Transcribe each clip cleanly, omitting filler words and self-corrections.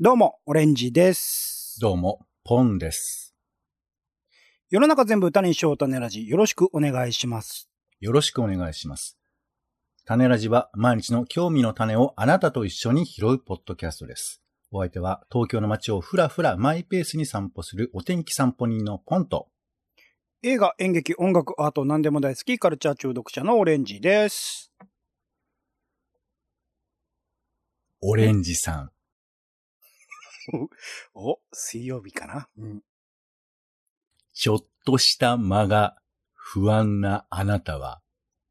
どうも、オレンジです。 どうも、ポンです。 世の中全部種にしよう種ラジ、よろしくお願いします。 よろしくお願いします。種ラジは毎日の興味の種をあなたと一緒に拾うポッドキャストです。お相手は東京の街をふらふらマイペースに散歩するお天気散歩人のポンと、 映画、演劇、音楽、アート、何でも大好き、カルチャー中毒者のオレンジです。 オレンジさん。 お、水曜日かな、 ちょっとした間が不安なあなたは、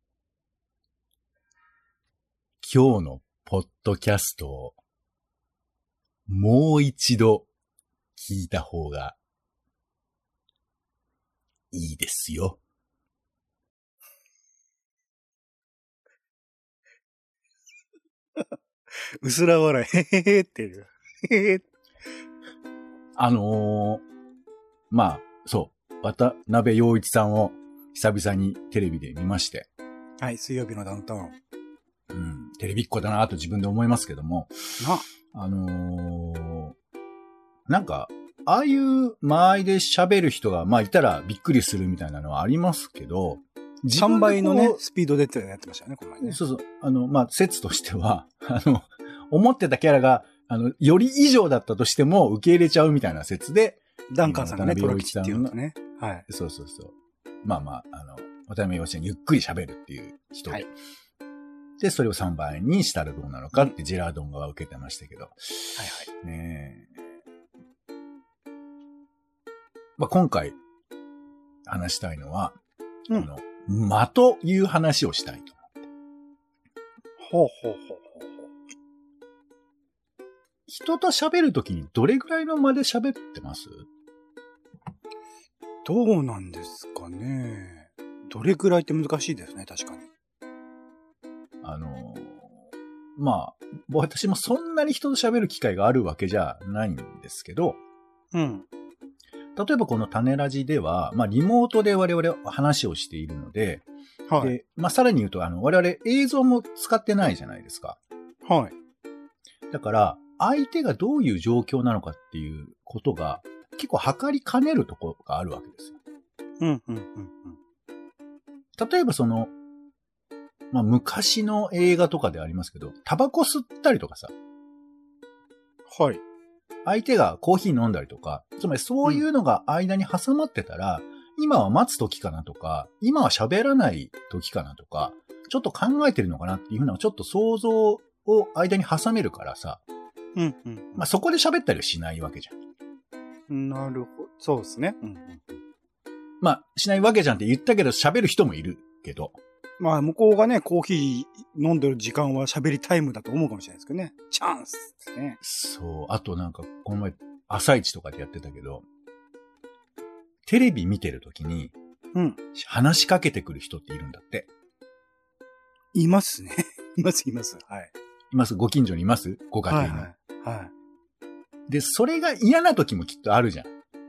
今日のポッドキャストをもう一度聞いた方がいいですよ。 うすら笑い、へへへっていう。へへ。 まあ、そう。渡辺陽一さんを久々にテレビで見まして。 はい、水曜日のダウンタウン。 テレビっ子だなと自分で思いますけども。なんか、ああいう間合いで喋る人が、まあいたらびっくりするみたいなのはありますけど、 3倍のね、スピードでやってましたよね、この前ね。 そうそう。まあ説としては、思ってたキャラが、より以上だったとしても受け入れちゃうみたいな説で、 ダンカンさんがね、トロキっていうのね。はい。 そうそうそう。まあまあ、渡辺陽一さんゆっくり喋るっていう人。はい。で、それを3倍にしたらどうなのかってジェラードン側は受けてましたけど。はいはい。ねえ。まあ今回話したいのは、間という話をしたいと思って。 ほうほうほうほう。 人と喋るときにどれぐらいの間で喋ってます？ どうなんですかね。どれくらいって難しいですね、確かに。 まあ、私もそんなに人と喋る機会があるわけじゃないんですけど、例えばこの種ラジでは、まあリモートで我々話をしているので、はい。で、まあさらに言うと、我々映像も使ってないじゃないですか。はい。だから、相手がどういう状況なのかっていうことが結構測りかねるところがあるわけですよ。例えばまあ昔の映画とかでありますけど、タバコ吸ったりとかさ。はい。相手がコーヒー飲んだりとか、つまりそういうのが間に挟まってたら、今は待つ時かなとか、今は喋らない時かなとか、ちょっと考えてるのかなっていうふうなちょっと想像を間に挟めるからさ。まあそこで喋ったりはしないわけじゃん。 なるほど。そうですね。 まあしないわけじゃんって言ったけど喋る人もいるけど。 まあ向こうがね、コーヒー飲んでる時間は喋りタイムだと思うかもしれないですけどね。チャンスですね。 そう。あとなんかこの前朝一とかでやってたけど、テレビ見てるときに、話しかけてくる人っているんだって。 いますね。います。はい。 います。ご近所にいます？ご家庭に。はい。で、それが嫌な時もきっとあるじゃん。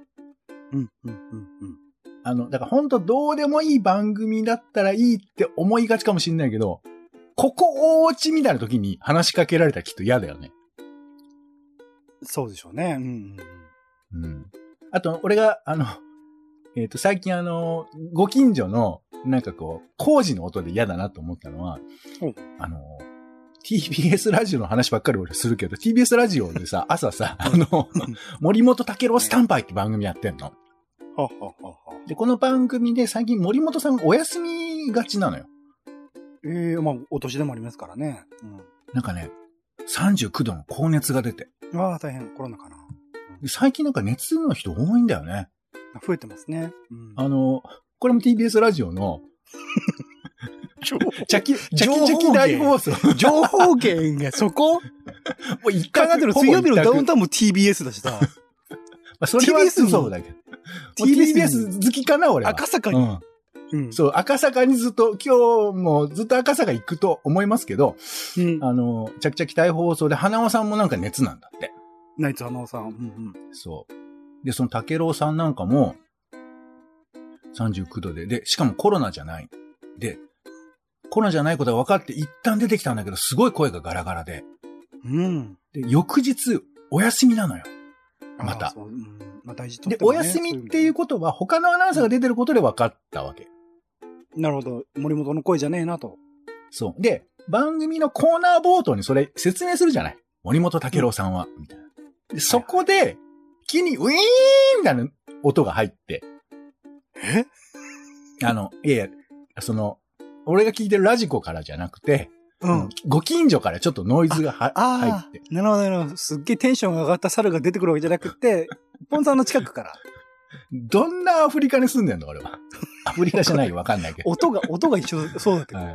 だから本当どうでもいい番組だったらいいって思いがちかもしれないけど、ここおうちみたいな時に話しかけられたらきっと嫌だよね。 そうでしょうね。 あと、俺が、最近ご近所の、なんかこう、工事の音で嫌だなと思ったのは、TBS ラジオの話ばっかり俺するけど、TBS ラジオでさ、朝さ、森本武郎スタンバイって番組やってんの。で、この番組で最近森本さんお休みがちなのよ。 まあ、お年でもありますからね。 なんかね、39度の高熱が出て。 ああ、大変、コロナかな。 最近なんか熱の人多いんだよね。 増えてますね。 これも TBS ラジオの、チャキ大放送。 情報源がそこもう一回の水曜日のダウンタウンも TBS だしさ。 それは TBS そうだけど。TBS 好きかな俺は。 赤坂に。 そう、赤坂にずっと、今日もずっと赤坂行くと思いますけど、チャキ大放送で花尾さんもなんか熱なんだって。 ナイツ花尾さん。 そう。で、その武郎さんなんかも、39度で、しかもコロナじゃない。で、コロナじゃないことが分かって一旦出てきたんだけど、すごい声がガラガラで。で、翌日、 お休みなのよ。また。 まあ、大事で、お休みっていうことは他のアナウンサーが出てることで分かったわけ。 なるほど。森本の声じゃねえなと。 そう。で、番組のコーナー冒頭にそれ説明するじゃない。森本武郎さんは、みたいな。で、そこで、急にウィーンみたいな音が入って。いやいや、俺が聞いてるラジコからじゃなくて、ご近所からちょっとノイズが入って。 なるほど、なるほど。すっげえテンションが上がった猿が出てくるわけじゃなくて、ポンさんの近くから。 どんなアフリカに住んでんの俺は。アフリカじゃないよ、わかんないけど。 音が一緒そうだけど。はい。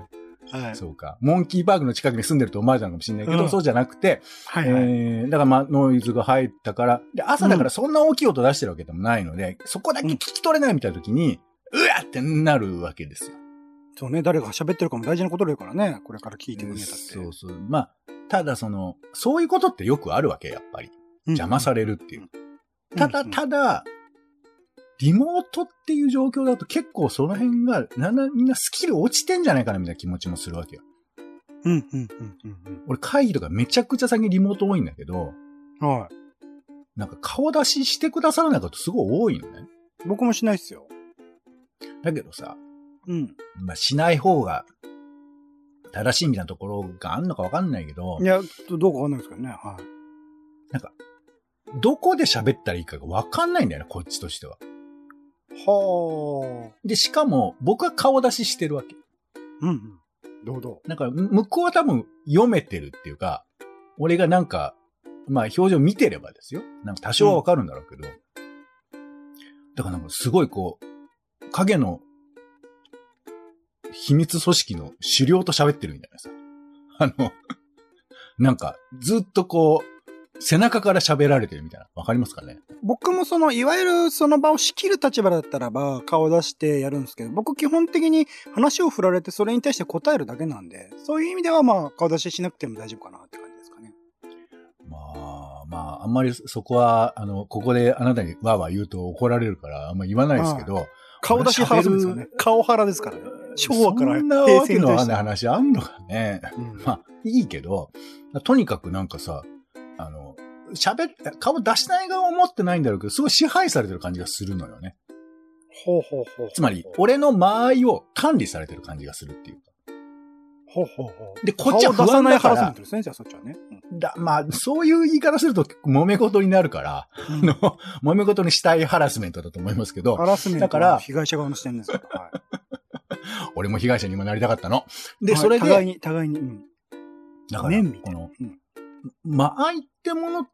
そうか。モンキーパークの近くに住んでると思われたのかもしれないけど、そうじゃなくて、だからノイズが入ったから、で、朝だからそんな大きい音出してるわけでもないので、そこだけ聞き取れないみたいな時に、うわってなるわけですよ。 そうね、誰が喋ってるかも大事なことだからね、これから聞いてくれたって。 そうそう。まあ、ただそういうことってよくあるわけ、やっぱり。邪魔されるっていう。ただ、リモートっていう状況だと結構その辺が、みんなスキル落ちてんじゃないかなみたいな気持ちもするわけよ。俺会議とかめちゃくちゃ最近リモート多いんだけど、 はい。 なんか顔出ししてくださらないことすごい多いのね。 僕もしないっすよ。 だけどさ、まあしない方が正しいみたいなところがあんのかわかんないけど。 いや、どうかわかんないですけどね。はい。 なんか、どこで喋ったらいいかがわかんないんだよね、こっちとしては。 はあ。 で、しかも、僕は顔出ししてるわけ。 どうなんか、向こうは多分読めてるっていうか、俺がなんか、まあ表情見てればですよ。なんか多少はわかるんだろうけど。だからなんかすごい影の秘密組織の首領と喋ってるみたいなさ。なんか、ずっと背中から喋られてるみたいな。わかりますかね？ 僕もいわゆるその場を仕切る立場だったらば、顔出してやるんですけど、僕基本的に話を振られてそれに対して答えるだけなんで、そういう意味ではまあ、顔出ししなくても大丈夫かなって感じですかね。 まあ、あんまりそこは、ここであなたにわーわー言うと怒られるから、あんま言わないですけど。 顔出しハラスメントですよね。顔ハラですからね。昭和からそんなわけのわかんない話あんのかね。まあ、いいけど、とにかくなんかさ、顔出しない側を持ってないんだろうけど、すごい支配されてる感じがするのよね。つまり、俺の間合いを管理されてる感じがするっていうか。で、こっちは不安だから。顔出さないハラスメントですね、じゃあそっちはね。まあ、そういう言い方すると揉め事になるから、揉め事にしたいハラスメントだと思いますけど。 ハラスメントは被害者側の視点ですから。はい、 俺も被害者にもなりたかったの。で、それで。 互いに。 だから、間合いってものって、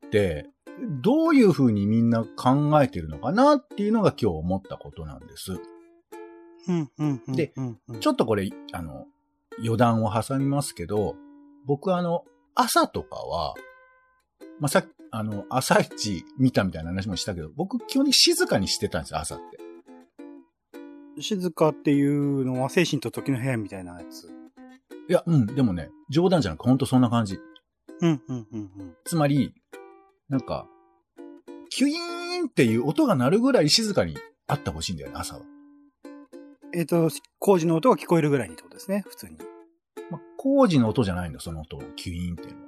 どういう風にみんな考えてるのかなっていうのが今日思ったことなんです。で、ちょっとこれ、余談を挟みますけど、僕朝とかは、まあ、さっき、朝一見たみたいな話もしたけど、僕基本的に静かにしてたんですよ、朝って。 静かっていうのは精神と時の部屋みたいなやつ。 いや、でもね、冗談じゃなくてほんとそんな感じ。つまり、なんか、キュイーンっていう音が鳴るぐらい静かにあってほしいんだよね、朝は。 工事の音が聞こえるぐらいにってことですね、普通に。 まあ、工事の音じゃないんだ、その音、キュイーンっていうの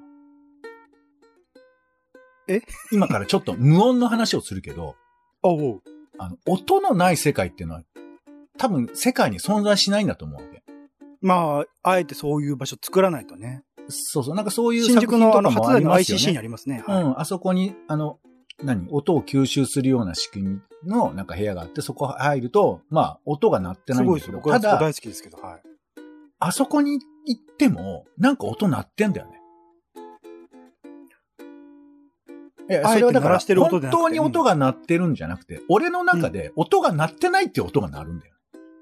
は。今からちょっと無音の話をするけど、音のない世界っていうのは、多分世界に存在しないんだと思うわけ。 まあ、あえてそういう場所作らないとね。 そうそう、なんかそういう作品とかもありますよね。新宿の ICC にありますね。 あそこに、音を吸収するような仕組みのなんか部屋があって、そこ入ると、まあ、音が鳴ってないんだけど。すごいですよ。僕は大好きですけど、はい。あそこに行っても、なんか音鳴ってんだよね。それはだから、本当に音が鳴ってるんじゃなくて、俺の中で音が鳴ってないっていう音が鳴るんだよ。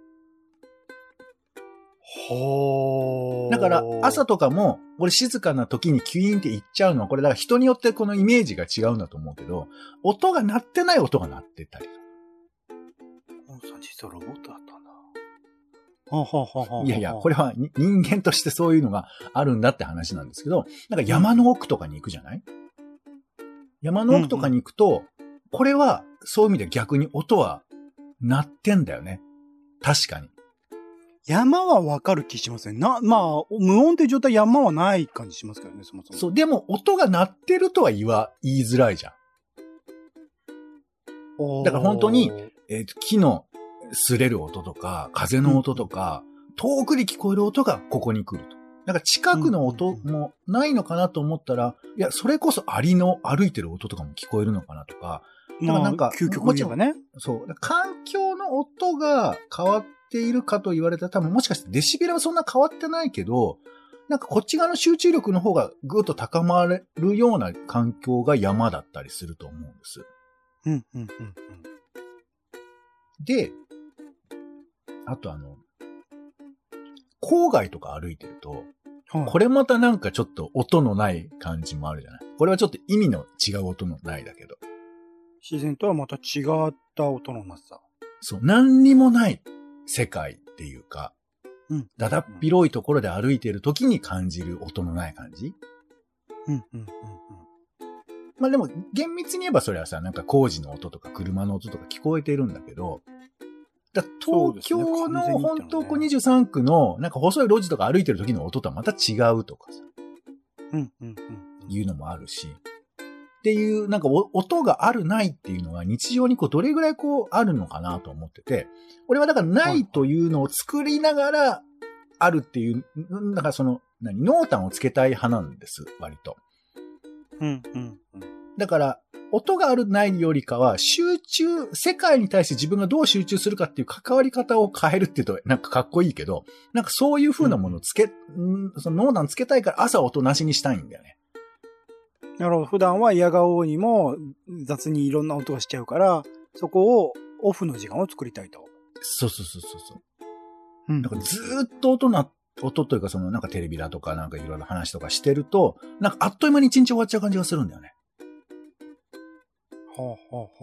だから、朝とかも、俺静かな時にキュイーンって言っちゃうのは、これだから人によってこのイメージが違うんだと思うけど、音が鳴ってない音が鳴ってたりとか。 実はロボットだったんだ。いやいや、これは人間としてそういうのがあるんだって話なんですけど、なんか山の奥とかに行くじゃない？山の奥とかに行くと、これはそういう意味で逆に音は鳴ってんだよね。確かに。 山はわかる気しますね。まあ、無音っていう状態山はない感じしますけどね、そもそも。 そう、でも音が鳴ってるとは言いづらいじゃん。だから本当に、木の擦れる音とか、風の音とか、遠くに聞こえる音がここに来ると。だから近くの音もないのかなと思ったら、いや、それこそアリの歩いてる音とかも聞こえるのかなとか。だからなんか、 究極に言えばね。 そう。環境の音が変わっているかと言われたら多分もしかしてデシベルはそんな変わってないけど、なんかこっち側の集中力の方がぐっと高まるような環境が山だったりすると思うんです。で、あと郊外とか歩いてると、これまたなんかちょっと音のない感じもあるじゃない。これはちょっと意味の違う音のないだけど。 自然とはまた違った音のなさ。 そう、何にもない世界っていうか、だだっ広いところで歩いている時に感じる音のない感じ。まあでも厳密に言えばそれはさ、なんか工事の音とか車の音とか聞こえてるんだけど、東京の本当23区のなんか細い路地とか歩いてる時の音とはまた違うとかさ。いうのもあるし。っていう、なんか音があるないっていうのは日常にどれぐらいあるのかなと思ってて、俺はだからないというのを作りながらあるっていう、だから濃淡をつけたい派なんです、割と。だから、音があるないよりかは、世界に対して自分がどう集中するかっていう関わり方を変えるっていうと、なんかかっこいいけど、なんかそういう風なものをその濃淡つけたいから朝音なしにしたいんだよね。 なるほど。普段は嫌顔にも雑にいろんな音がしちゃうから、そこをオフの時間を作りたいと。 そう。だからずーっと音というかなんかテレビだとかなんかいろいろ話とかしてると、なんかあっという間に一日終わっちゃう感じがするんだよね。 わ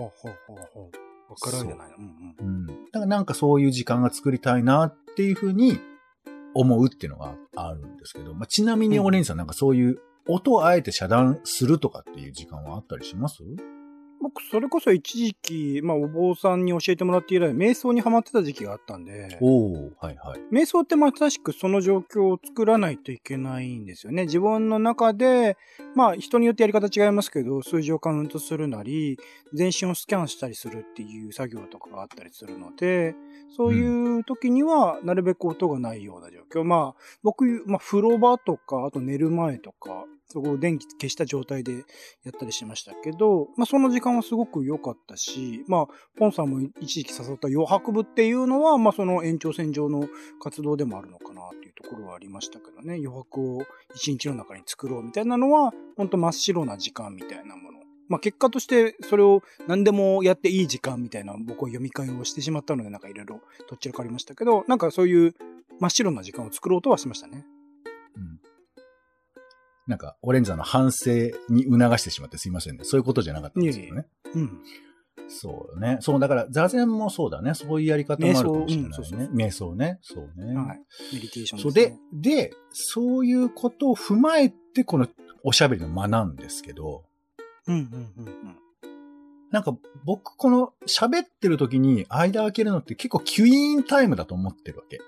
からんじゃないの。 だからなんかそういう時間が作りたいなっていうふうに思うっていうのがあるんですけど、まあ、ちなみにオレンジさんなんかそういう音をあえて遮断するとかっていう時間はあったりします？ 僕、それこそ一時期、お坊さんに教えてもらって以来、瞑想にハマってた時期があったんで、瞑想ってまさしくその状況を作らないといけないんですよね。自分の中で、人によってやり方違いますけど、数字をカウントするなり、全身をスキャンしたりするっていう作業とかがあったりするので、そういう時には、なるべく音がないような状況。僕、風呂場とか、あと寝る前とか、そこを電気消した状態でやったりしましたけど、その時間はすごく良かったし、ポンさんも一時期誘った余白部っていうのは、その延長線上の活動でもあるのかなっていうところはありましたけどね。余白を一日の中に作ろうみたいなのは、本当真っ白な時間みたいなもの。結果としてそれを何でもやっていい時間みたいな僕は読み替えをしてしまったので、なんかいろいろどっちらかありましたけど、なんかそういう真っ白な時間を作ろうとはしましたね。 なんか、オレンジさんの反省に促してしまってすいませんね。そういうことじゃなかったんですけどね。そうよね。そう、だから、座禅もそうだね。そういうやり方もあるかもしれないね。瞑想ね。そうね。 はい。メディテーションですね。 で、そういうことを踏まえて、このおしゃべりの間なんですけど。なんか、僕、この喋ってる時に間開けるのって結構キュイーンタイムだと思ってるわけ。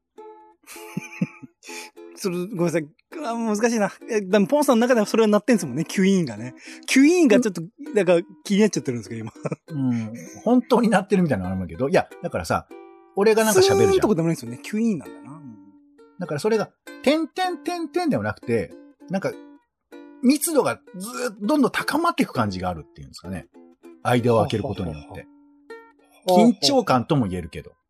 ごめんなさい。難しいな。でもポンさんの中ではそれは鳴ってんすもんね、キュイーンがね。キュイーンがちょっと、なんか気になっちゃってるんですけど、今。 本当に鳴ってるみたいなのあるんだけど、いや、だからさ、俺がなんか喋るじゃん。 スーンとこでもないですよね。キュイーンなんだな。 だからそれが、点ではなくて、なんか、密度がどんどん高まっていく感じがあるっていうんですかね。間を開けることによって。緊張感とも言えるけど。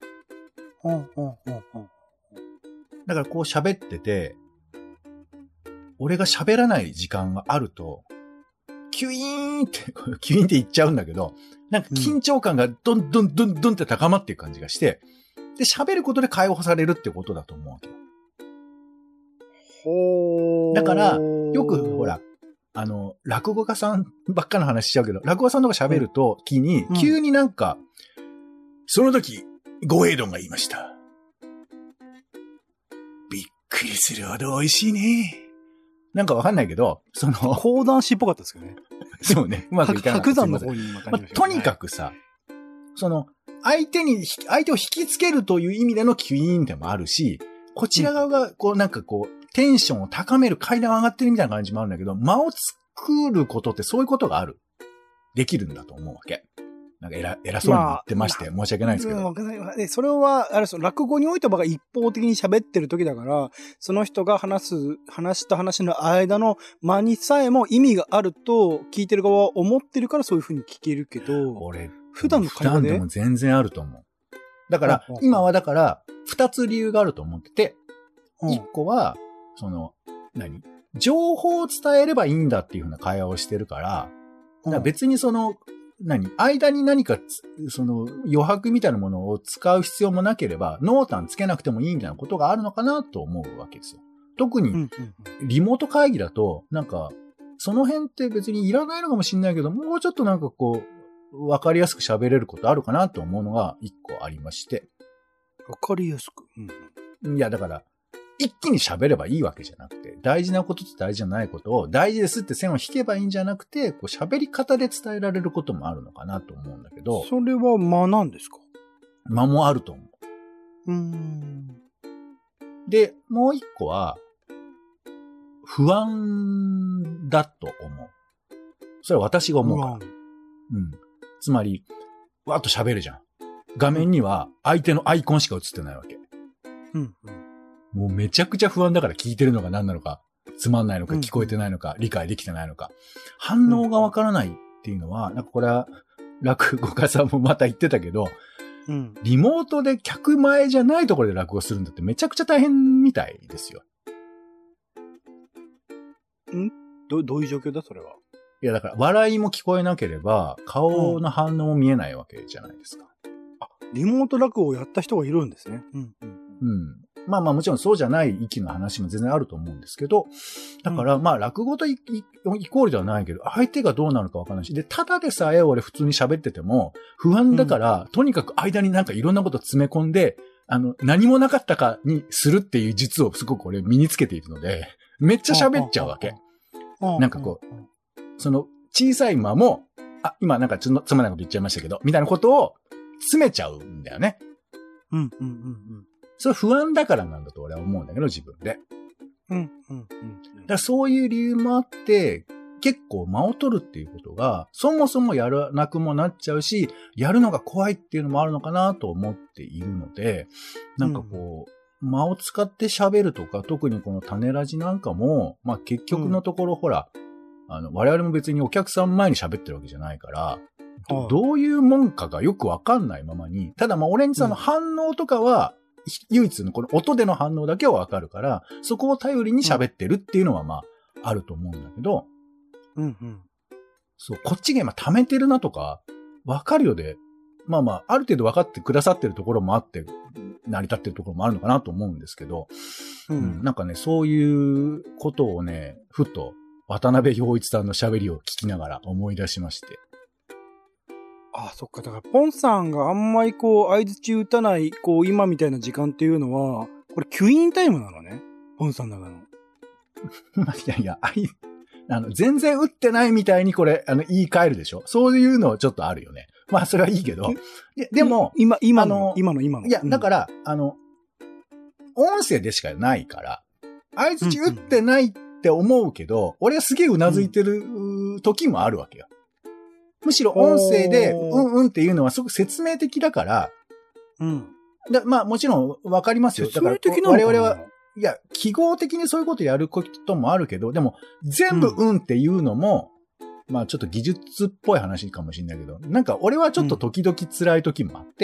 だからこう喋ってて、俺が喋らない時間があると、キュイーンって言っちゃうんだけど、なんか緊張感がどんどんって高まっていく感じがして、で、喋ることで解放されるってことだと思うわけよ。だから、よくほら、落語家さんばっかの話しちゃうけど、落語家さんとか喋るときに、急になんか、その時、ご英丼が言いました。びっくりするほど美味しいね。なんかわかんないけど、 講談師っぽかったですけどね。 そうね。うまくいかない。 白山の方に今感じました、 とにかくさ、 相手を引きつけるという意味でのキュイーンでもあるし、こちら側が、なんかテンションを高める階段を上がってるみたいな感じもあるんだけど、間を作ることってそういうことができるんだと思うわけ。なんか偉そうに言ってまして、申し訳ないですけど。 それは、落語においては一方的に喋ってる時だから、その人が話と話の間の間にさえも意味があると聞いてる側は思ってるからそういう風に聞けるけど、普段の会話でも全然あると思う。だから、今は二つ理由があると思ってて、一個は、情報を伝えればいいんだっていう風な会話をしてるから、別に間に何か、余白みたいなものを使う必要もなければ、濃淡つけなくてもいいみたいなことがあるのかなと思うわけですよ。特に、リモート会議だと、その辺って別にいらないのかもしれないけど、もうちょっとわかりやすく喋れることあるかなと思うのが一個ありまして。 わかりやすく。 いや、だから、一気に喋ればいいわけじゃなくて、大事なことと大事じゃないことを、大事ですって線を引けばいいんじゃなくて、喋り方で伝えられることもあるのかなと思うんだけど。 それは間なんですか？ 間もあると思う。で、もう一個は、不安だと思う。それは私が思うから。つまり、わーっと喋るじゃん。画面には相手のアイコンしか映ってないわけ。もうめちゃくちゃ不安だから聞いてるのが何なのか、つまんないのか、聞こえてないのか、理解できてないのか。反応がわからないっていうのは、これは落語家さんもまた言ってたけど、リモートで客前じゃないところで落語するんだってめちゃくちゃ大変みたいですよ。 どういう状況だそれは。 いやだから笑いも聞こえなければ顔の反応も見えないわけじゃないですか。 リモート落語をやった人がいるんですね。 まあもちろんそうじゃない域の話も全然あると思うんですけど、だから落語とイコールではないけど、相手がどうなるかわからないし、で、ただでさえ俺普通に喋ってても不安だから、とにかく間にいろんなこと詰め込んで、何もなかったかにするっていう術をすごく俺身につけているので、めっちゃ喋っちゃうわけ。その小さい間も、今ちょっとつまらないこと言っちゃいましたけど、みたいなことを詰めちゃうんだよね。それ不安だからなんだと俺は思うんだけど、自分で。だからそういう理由もあって、結構間を取るっていうことが、そもそもやらなくもなっちゃうし、やるのが怖いっていうのもあるのかなと思っているので、間を使って喋るとか、特にこの種ラジなんかも、結局のところ、我々も別にお客さん前に喋ってるわけじゃないから、どういうもんかがよくわかんないままに、ただ俺に反応とかは、唯一のこの音での反応だけはわかるから、そこを頼りに喋ってるっていうのはあると思うんだけど、そう、こっちが今溜めてるなとか、わかるようで、ある程度わかってくださってるところもあって、成り立ってるところもあるのかなと思うんですけど、そういうことをね、ふと渡辺陽一さんの喋りを聞きながら思い出しまして。 そっか。だから、ポンさんがあんまり相槌打たない、今みたいな時間っていうのは、これ、キュイーンタイムなのね。ポンさんの中の。 いや、全然打ってないみたいにこれ、言い換えるでしょ？そういうのちょっとあるよね。それはいいけど。でも、 今の。 いや、だから、音声でしかないから、相槌打ってないって思うけど、俺はすげえ頷いてる時もあるわけよ。むしろ音声で、っていうのはすごく説明的だから、もちろんわかりますよ。だから我々は、いや、記号的にそういうことやることもあるけど、でも、全部っていうのも、ちょっと技術っぽい話かもしれないけど、俺はちょっと時々辛い時もあって、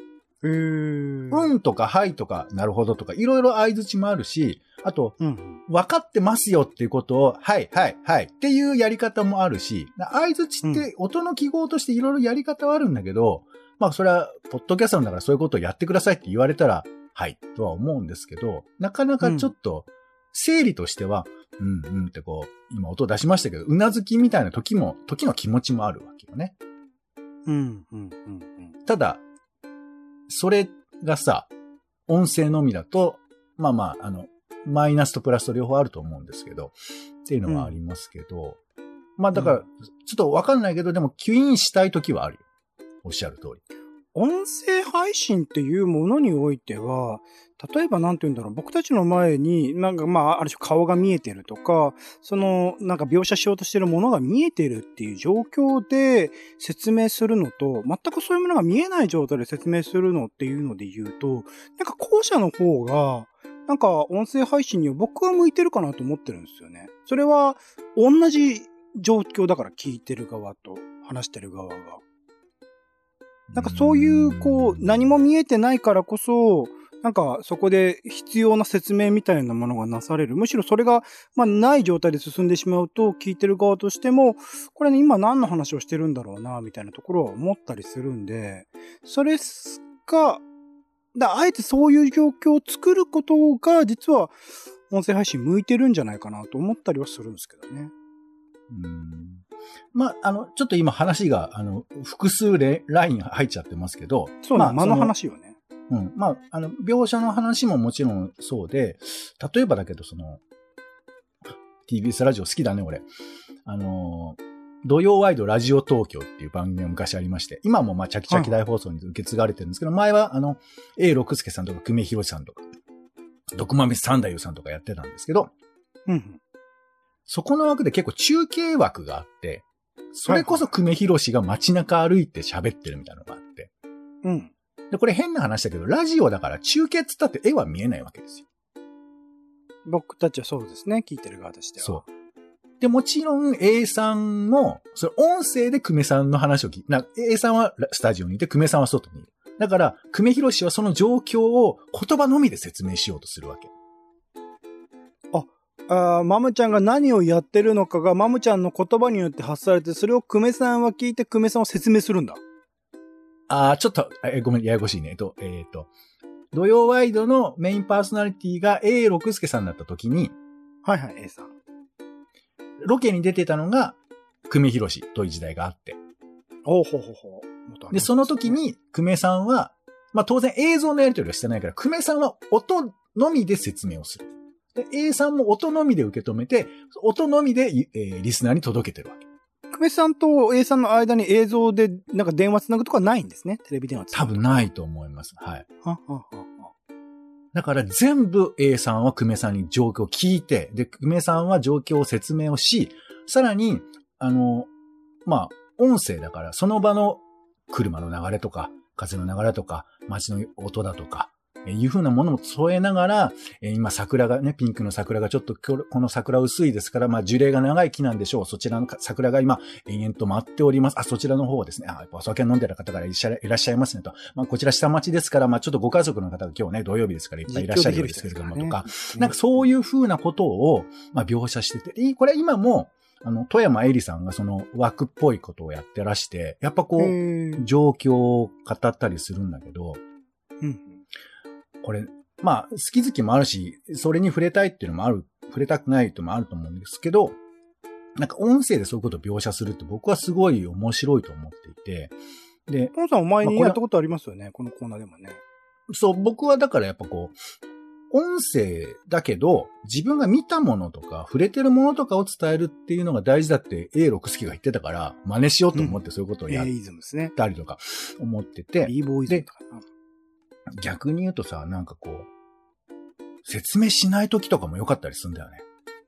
とかはいとかなるほどとか、いろいろ相槌もあるし、あと、分かってますよっていうことを、はいっていうやり方もあるし、相槌って音の記号としていろいろやり方はあるんだけど、それは、ポッドキャストだからそういうことをやってくださいって言われたら、はいとは思うんですけど、なかなかちょっと、整理としては、って今音出しましたけど、うなずきみたいな時の気持ちもあるわけよね。ただ、それがさ、音声のみだと、マイナスとプラスと両方あると思うんですけど、っていうのはありますけど、だから、ちょっとわかんないけど、でも、キュイーンしたい時はあるよ。おっしゃる通り。 音声配信っていうものにおいては、例えばなんて言うんだろう、僕たちの前になんかある種顔が見えてるとか、なんか描写しようとしてるものが見えてるっていう状況で説明するのと、全くそういうものが見えない状態で説明するのっていうので言うと、なんか後者の方が、なんか音声配信には僕は向いてるかなと思ってるんですよね。それは同じ状況だから聞いてる側と話してる側が。なんかそういう何も見えてないからこそ、なんかそこで必要な説明みたいなものがなされる。むしろそれがない状態で進んでしまうと、聞いてる側としても、これね、今何の話をしてるんだろうな、みたいなところは思ったりするんで、それが、あえてそういう状況を作ることが、実は音声配信向いてるんじゃないかなと思ったりはするんですけどね。 ちょっと今話が、複数ライン入っちゃってますけど。 そうね、間の話よね。 描写の話ももちろんそうで、例えばだけどTBS ラジオ好きだね、俺。土曜ワイドラジオ東京っていう番組が昔ありまして、今もチャキチャキ大放送に受け継がれてるんですけど、前はA 六輔さんとか久米宏さんとか、徳豆三太夫さんとかやってたんですけど、そこの枠で結構中継枠があって、それこそ久米宏が街中歩いて喋ってるみたいなのがあって、で、これ変な話だけど、ラジオだから中継っつったって絵は見えないわけですよ。 僕たちはそうですね、聞いてる側としては。 そう。で、もちろん A さんも、それ音声で久米さんの話をA さんはスタジオにいて、久米さんは外にいる。だから、久米宏はその状況を言葉のみで説明しようとするわけ。 マムちゃんが何をやってるのかが、マムちゃんの言葉によって発されて、それを久米さんは聞いて、久米さんを説明するんだ。 ちょっと、ごめん、ややこしいね。土曜ワイドのメインパーソナリティが A 六輔さんだった時に、 はいはい、A さん。 ロケに出てたのが、久米宏という時代があって。で、その時に、久米さんは、当然映像のやり取りはしてないから、久米さんは音のみで説明をする。で、A さんも音のみで受け止めて、音のみで、リスナーに届けてるわけ。 久米さんと A さんの間に映像でなんか電話つなぐとかないんですね。テレビ電話つなぐ。 多分ないと思います。はい。だから全部 A さんは久米さんに状況を聞いて、で、久米さんは状況を説明をし、さらに、音声だからその場の車の流れとか、風の流れとか、街の音だとか、いう風なものも添えながら、今桜がね、ピンクの桜がちょっとこの桜薄いですから、樹齢が長い木なんでしょう。そちらの桜が今、延々と待っております。そちらの方はですね、やっぱお酒飲んでる方がいらっしゃいますねと。こちら下町ですから、ちょっとご家族の方が今日ね、土曜日ですからいっぱいいらっしゃるんですけれども、とか、なんかそういう風なことを、描写してて、これ今も、富山えりさんがその枠っぽいことをやってらして、やっぱ状況を語ったりするんだけど、これ、好き好きもあるし、それに触れたいっていうのもある、触れたくないっていうのもあると思うんですけど、なんか音声でそういうことを描写するって僕はすごい面白いと思っていて、で、 ポンさんお前にやったことありますよね、このコーナーでもね。 そう、僕はだからやっぱ音声だけど、自分が見たものとか、触れてるものとかを伝えるっていうのが大事だって A 六輔が言ってたから、真似しようと思ってそういうことをやったりとか思ってて、 Bボーイズとかな。 逆に言うとさ、なんか説明しない時とかも良かったりするんだよね。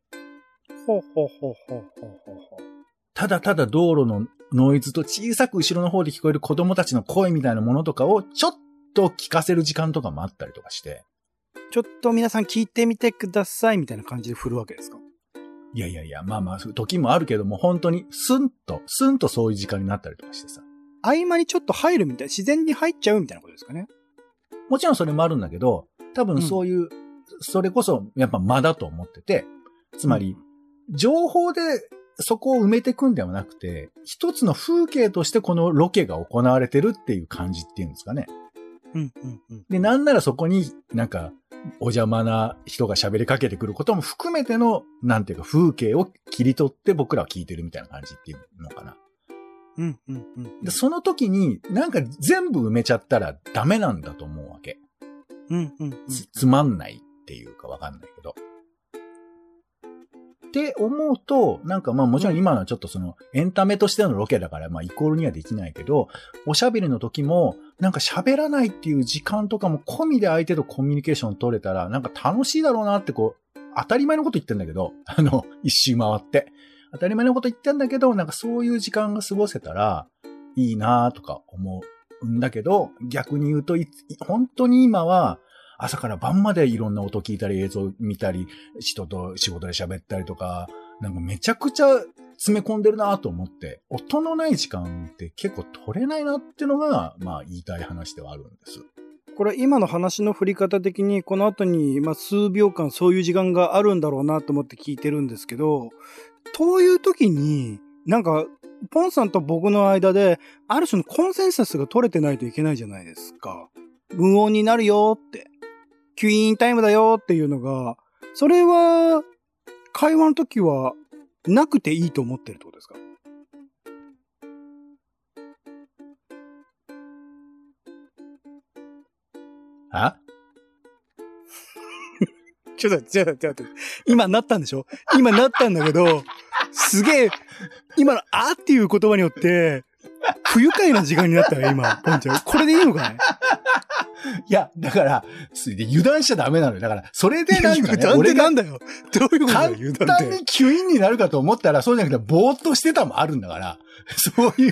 ただただ道路のノイズと小さく後ろの方で聞こえる子供たちの声みたいなものとかをちょっと聞かせる時間とかもあったりとかして。 ちょっと皆さん聞いてみてくださいみたいな感じで振るわけですか？ いや、時もあるけども、本当にスンとそういう時間になったりとかしてさ。 合間にちょっと入るみたいな、自然に入っちゃうみたいなことですかね？ もちろんそれもあるんだけど、多分そういう、それこそやっぱ間だと思ってて、つまり、情報でそこを埋めていくんではなくて、一つの風景としてこのロケが行われてるっていう感じっていうんですかね。で、なんならそこになんか、お邪魔な人が喋りかけてくることも含めての、なんていうか風景を切り取って僕らは聞いてるみたいな感じっていうのかな。で、その時になんか全部埋めちゃったらダメなんだと思うわけ。つまんないっていうかわかんないけど。 って思うと、なんかまあもちろん今のはちょっとそのエンタメとしてのロケだからまあイコールにはできないけど、おしゃべりの時もなんか喋らないっていう時間とかも込みで相手とコミュニケーション取れたらなんか楽しいだろうなってこう、当たり前のこと言ってんだけど、一周回って。当たり前のこと言ってんだけど、なんかそういう時間が過ごせたらいいなとか思うんだけど、逆に言うと本当に今は朝から晩までいろんな音聞いたり映像見たり、人と仕事で喋ったりとか、なんかめちゃくちゃ詰め込んでるなと思って、音のない時間って結構取れないなっていうのが、まあ言いたい話ではあるんです。 これ今の話の振り方的にこの後に数秒間そういう時間があるんだろうなと思って聞いてるんですけど、という時になんかポンさんと僕の間である種のコンセンサスが取れてないといけないじゃないですか。無音になるよって。キュイーンタイムだよっていうのが、それは会話の時はなくていいと思ってるってことですか？ あちょっと。今なったんでしょ？今なったんだけど、すげえ、今のあっていう言葉によって、不愉快な時間になったよ、今、ポンちゃん。これでいいのかね？ いや、だから、油断しちゃダメなのよ。だから、それでなんかね、 俺なんだよ。どういうことだよ、 油断って。簡単にキュインになるかと思ったら、そうじゃなくて、ぼーっとしてたもあるんだから、そういう、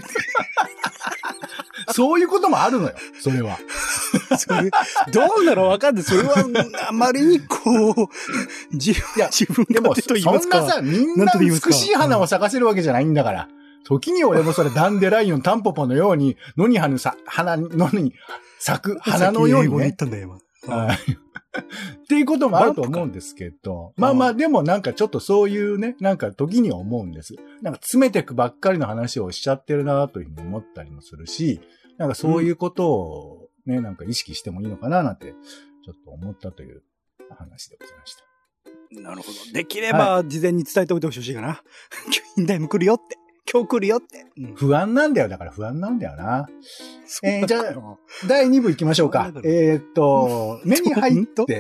そういうこともあるのよ、それは。 それどうなのわかんない。それは、あまりにこう、自分でも、 と言いますか。 そんなさ、みんな美しい花を咲かせるわけじゃないんだから。時に俺もそれダンデライオンタンポポのように、野に花に咲く花のようにね。 言ったんだよ、今。 っていうこともあると思うんですけど。まあまあ、でもなんかちょっとそういうね、なんか時には思うんです。なんか詰めてくばっかりの話をしちゃってるなというふうに思ったりもするし、なんかそういうことをね、なんか意識してもいいのかななんて、ちょっと思ったという話でございました。 なるほど。できれば、事前に伝えておいてほしいかな。キュインタイム来るよって。今日来るよって。 不安なんだよ。だから不安なんだよな。じゃあ、第2部行きましょうか。目に入って、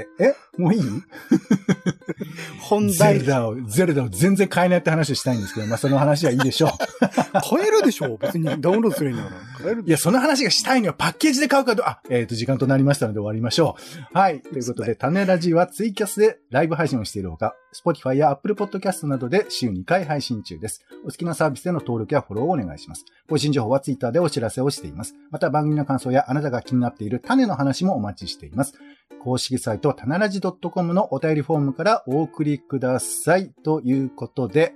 もういい本題。 ゼルダを全然変えないって話をしたいんですけど、まあその話はいいでしょう。 変えるでしょ別にダウンロードするんだから。変える。 いや、その話がしたいのよ。パッケージで買うか時間となりましたので終わりましょう。はい。ということで、種ラジはツイキャスでライブ配信をしているほか、Spotify や Apple Podcast などで週2回配信中です。お好きなサービスでの登録やフォローをお願いします。更新情報は Twitter でお知らせをしています。また番組の感想やあなたが気になっている種の話もお待ちしています。公式サイト、種ラジ .com のお便りフォームからお送りください。ということで、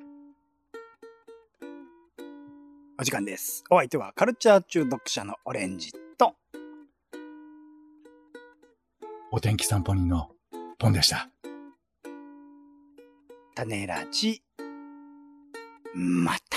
お時間です。お相手はカルチャー中毒者のオレンジと、 お天気散歩人のポンでした。 種ラジ、また。